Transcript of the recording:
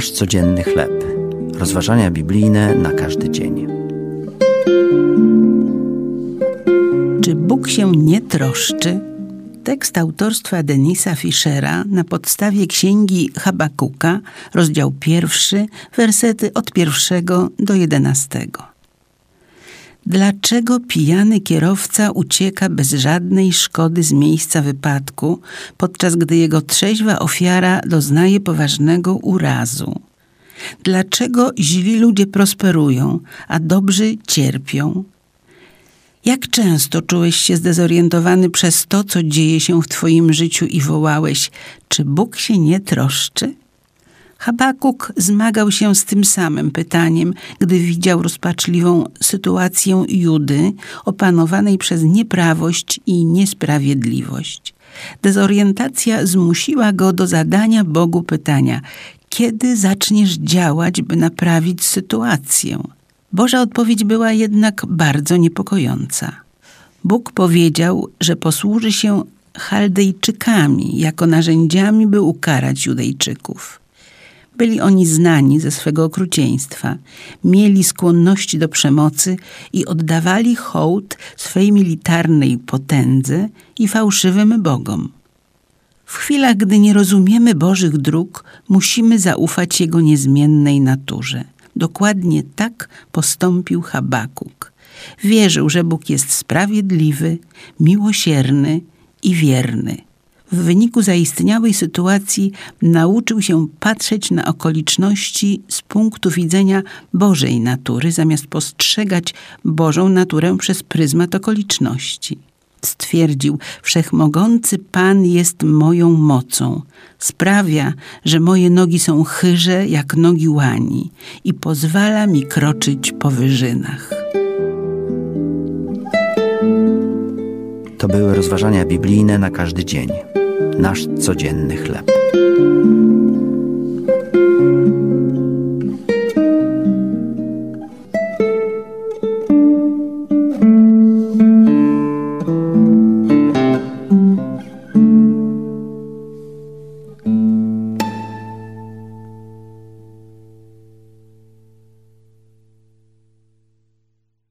Nasz codzienny chleb. Rozważania biblijne na każdy dzień. Czy Bóg się nie troszczy? Tekst autorstwa Denisa Fischera na podstawie księgi Habakuka, rozdział 1, wersety od 1 do 11. Dlaczego pijany kierowca ucieka bez żadnej szkody z miejsca wypadku, podczas gdy jego trzeźwa ofiara doznaje poważnego urazu? Dlaczego źli ludzie prosperują, a dobrzy cierpią? Jak często czułeś się zdezorientowany przez to, co dzieje się w twoim życiu i wołałeś, czy Bóg się nie troszczy? Habakuk zmagał się z tym samym pytaniem, gdy widział rozpaczliwą sytuację Judy opanowanej przez nieprawość i niesprawiedliwość. Dezorientacja zmusiła go do zadania Bogu pytania, kiedy zaczniesz działać, by naprawić sytuację? Boża odpowiedź była jednak bardzo niepokojąca. Bóg powiedział, że posłuży się Chaldejczykami jako narzędziami, by ukarać Judejczyków. Byli oni znani ze swego okrucieństwa, mieli skłonności do przemocy i oddawali hołd swej militarnej potędze i fałszywym bogom. W chwilach, gdy nie rozumiemy Bożych dróg, musimy zaufać Jego niezmiennej naturze. Dokładnie tak postąpił Habakuk. Wierzył, że Bóg jest sprawiedliwy, miłosierny i wierny. W wyniku zaistniałej sytuacji nauczył się patrzeć na okoliczności z punktu widzenia Bożej natury, zamiast postrzegać Bożą naturę przez pryzmat okoliczności. Stwierdził, wszechmogący Pan jest moją mocą. Sprawia, że moje nogi są chyże jak nogi łani i pozwala mi kroczyć po wyżynach. To były rozważania biblijne na każdy dzień. Nasz codzienny chleb.